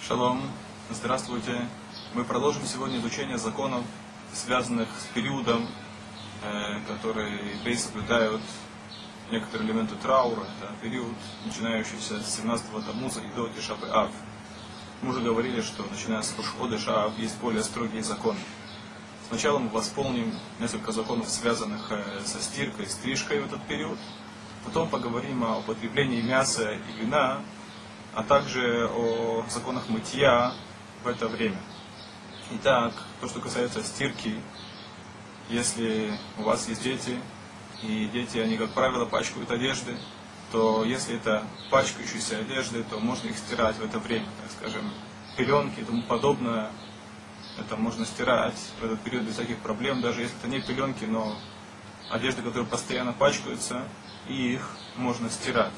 Шалом, здравствуйте. Мы продолжим сегодня изучение законов, связанных с периодом, который евреи соблюдают некоторые элементы траура. Это период, начинающийся с 17-го Таммуза и до Тиша б'Ав. Мы уже говорили, что начиная с Рош ходеш Аав есть более строгие законы. Сначала мы восполним несколько законов, связанных со стиркой, стрижкой в этот период. Потом поговорим о употреблении мяса и вина, а также о законах мытья в это время. Итак, то, что касается стирки, если у вас есть дети, и дети, они, как правило, пачкают одежды, то если это пачкающиеся одежды, то можно их стирать в это время, так скажем, пеленки и тому подобное. Это можно стирать в этот период без всяких проблем, даже если это не пеленки, но одежды, которые постоянно пачкаются, и их можно стирать.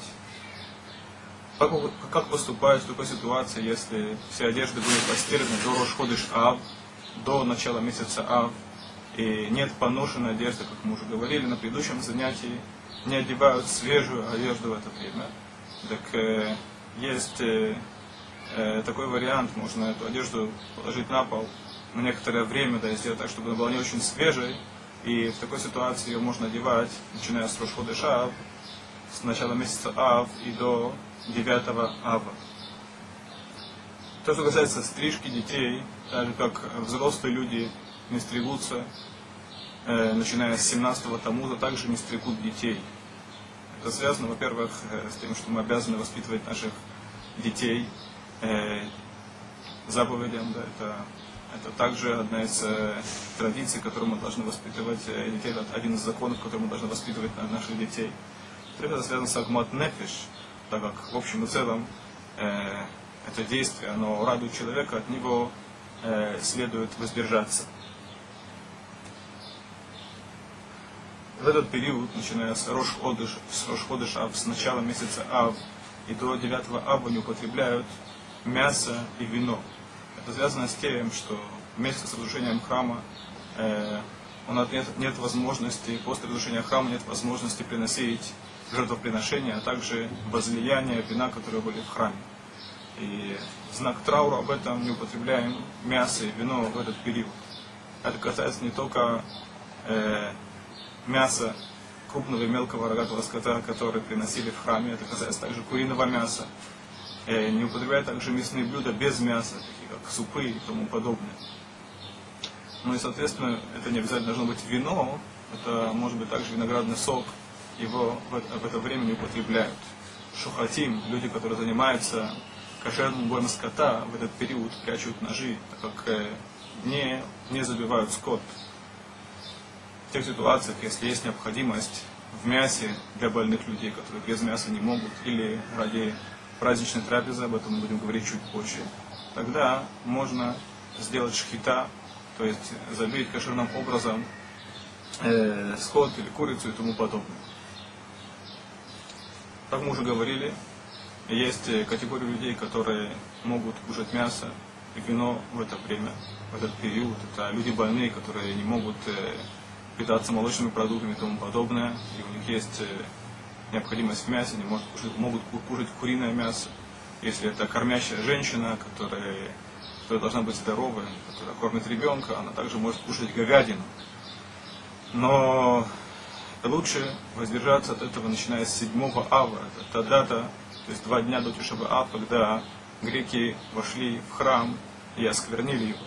Как поступать в такой ситуации, если все одежды были постираны до Рош ходеш Аав, до начала месяца Аав, и нет поношенной одежды, как мы уже говорили на предыдущем занятии, не одевают свежую одежду в это время. Так есть такой вариант, можно эту одежду положить на пол на некоторое время, да, и сделать так, чтобы она была не очень свежей, и в такой ситуации ее можно одевать, начиная с Рош ходеш Аав, с начала месяца Аав и до 9-го Ава. То, что касается стрижки детей, так же как взрослые люди не стригутся, начиная с 17-го Таммуза, также не стригут детей. Это связано, во-первых, с тем, что мы обязаны воспитывать наших детей заповедям. Да, это также одна из традиций, которую мы должны воспитывать детей. Это один из законов, который мы должны воспитывать наших детей. Это связано с агмат нефиш, так как в общем и целом это действие, оно радует человека, от него следует воздержаться. В этот период, начиная с Рош ходеш Аав, с начала месяца Аав и до 9-го Ава, не употребляют мясо и вино. Это связано с тем, что вместе с разрушением храма нет возможности, после разрушения храма нет возможности приносить жертвоприношения, а также возлияния вина, которые были в храме. И в знак траура об этом не употребляем мясо и вино в этот период. Это касается не только мяса крупного и мелкого рогатого скота, которые приносили в храме, это касается также куриного мяса. Не употребляют также мясные блюда без мяса, такие как супы и тому подобное. Ну и, соответственно, это не обязательно должно быть вино, это может быть также виноградный сок, его в это время не употребляют. Шухатим, люди, которые занимаются кошерным боем скота, в этот период прячут ножи, так как не забивают скот. В тех ситуациях, если есть необходимость в мясе для больных людей, которые без мяса не могут, или ради праздничной трапезы, об этом мы будем говорить чуть позже, тогда можно сделать шхита, то есть забить кошерным образом скот или курицу и тому подобное. Как мы уже говорили, есть категория людей, которые могут кушать мясо и вино в это время, в этот период. Это люди больные, которые не могут питаться молочными продуктами и тому подобное. И у них есть необходимость в мясе, они могут кушать куриное мясо. Если это кормящая женщина, которая должна быть здоровой, которая кормит ребенка, она также может кушать говядину. Но лучше воздержаться от этого, начиная с 7-го Ава. Это та дата, то есть 2 дня до Тиша б'Ав, когда греки вошли в храм и осквернили его.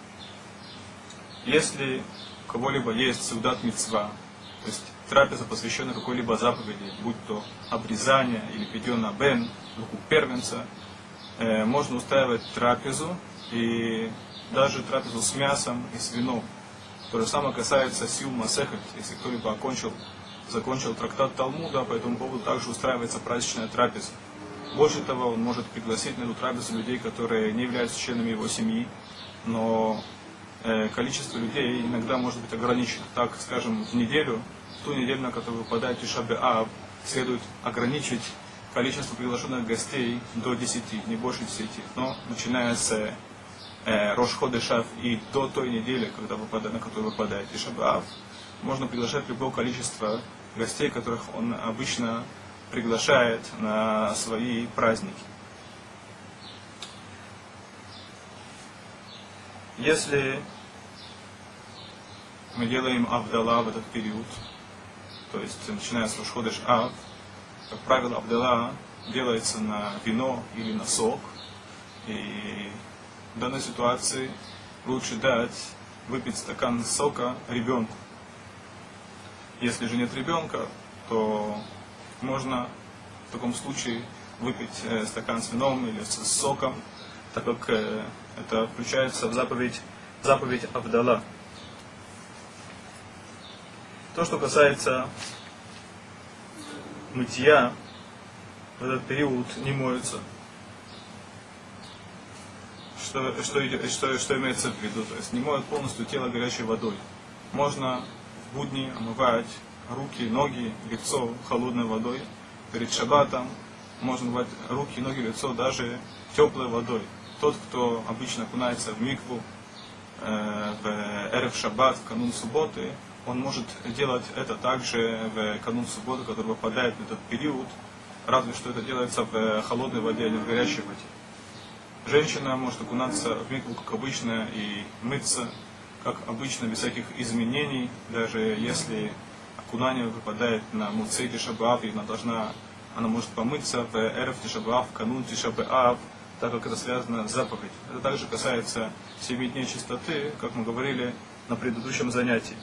Если у кого-либо есть сеудат мицва, то есть трапеза, посвященная какой-либо заповеди, будь то обрезание или пидьон абен, выкуп первенца, можно устраивать трапезу, и даже трапезу с мясом и с вином. То же самое касается сиум масехет, если кто-либо закончил трактат Талмуда, по этому поводу также устраивается праздничная трапеза. Больше того, он может пригласить на эту трапезу людей, которые не являются членами его семьи, но количество людей иногда может быть ограничено. Так, скажем, в ту неделю, на которую выпадает Тиша б'Ав, следует ограничить количество приглашенных гостей до 10, не больше 10. Но начиная с Рош ходеш Аав и до той недели, на которую выпадает Тиша б'Ав, можно приглашать любое количество гостей, которых он обычно приглашает на свои праздники. Если мы делаем Авдала в этот период, то есть начиная с Рош-ходеш Ав, как правило, Авдала делается на вино или на сок, и в данной ситуации лучше дать выпить стакан сока ребенку. Если же нет ребенка, то можно в таком случае выпить стакан с вином или с соком, так как это включается в заповедь Авдала. То, что касается мытья, в этот период не моются. Что имеется в виду? То есть не моют полностью тело горячей водой. Можно в будни омывать руки, ноги, лицо холодной водой. Перед шаббатом можно омывать руки, ноги, лицо даже теплой водой. Тот, кто обычно окунается в микву в эрев шаббат, в канун субботы, он может делать это также в канун субботы, который выпадает в этот период, разве что это делается в холодной воде, а не в горячей воде. Женщина может окунаться в микву, как обычно, и мыться, как обычно, без всяких изменений, даже если окунание выпадает на Муцей Тиша б'Ав, и она может помыться в эрев Тиша б'Ав, в канун Тиша б'Ав, так как это связано с заповедью. Это также касается 7 дней чистоты, как мы говорили на предыдущем занятии.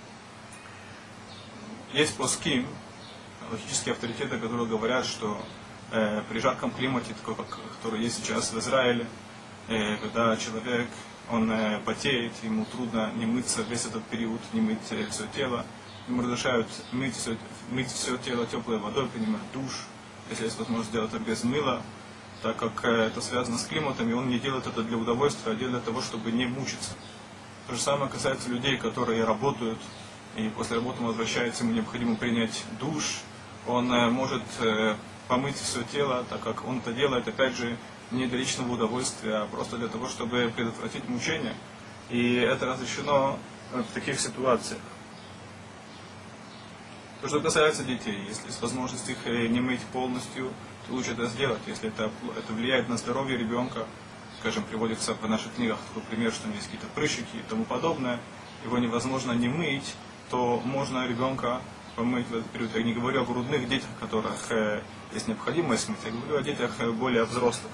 Есть поским, логические авторитеты, которые говорят, что при жарком климате, такой, который есть сейчас в Израиле, когда человек, он потеет, ему трудно не мыться весь этот период, не мыть все тело, ему разрешают мыть все тело теплой водой, принимать душ, если есть возможность сделать это без мыла, так как это связано с климатом, и он не делает это для удовольствия, а делает для того, чтобы не мучиться. То же самое касается людей, которые работают, и после работы он возвращается, ему необходимо принять душ, он может помыть все тело, так как он это делает, опять же, не для личного удовольствия, а просто для того, чтобы предотвратить мучения. И это разрешено в таких ситуациях. То, что касается детей, если есть возможность их не мыть полностью, то лучше это сделать. Если это влияет на здоровье ребенка, скажем, приводится в наших книгах такой пример, что у него есть какие-то прыщики и тому подобное, его невозможно не мыть, то можно ребенка помыть в этот период. Я не говорю о грудных детях, которых есть необходимость мыть, я говорю о детях более взрослых.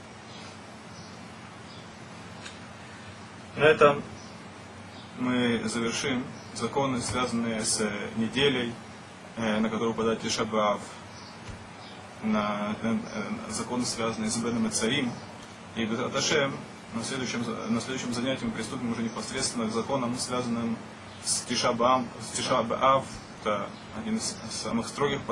На этом мы завершим законы, связанные с неделей, на которую выпадает Тиша б'Ав, на законы, связанные с Беном и Царим. И Б'эзрат Ашем на следующем занятии мы приступим уже непосредственно к законам, связанным с Тиша б'Ав. Это один из самых строгих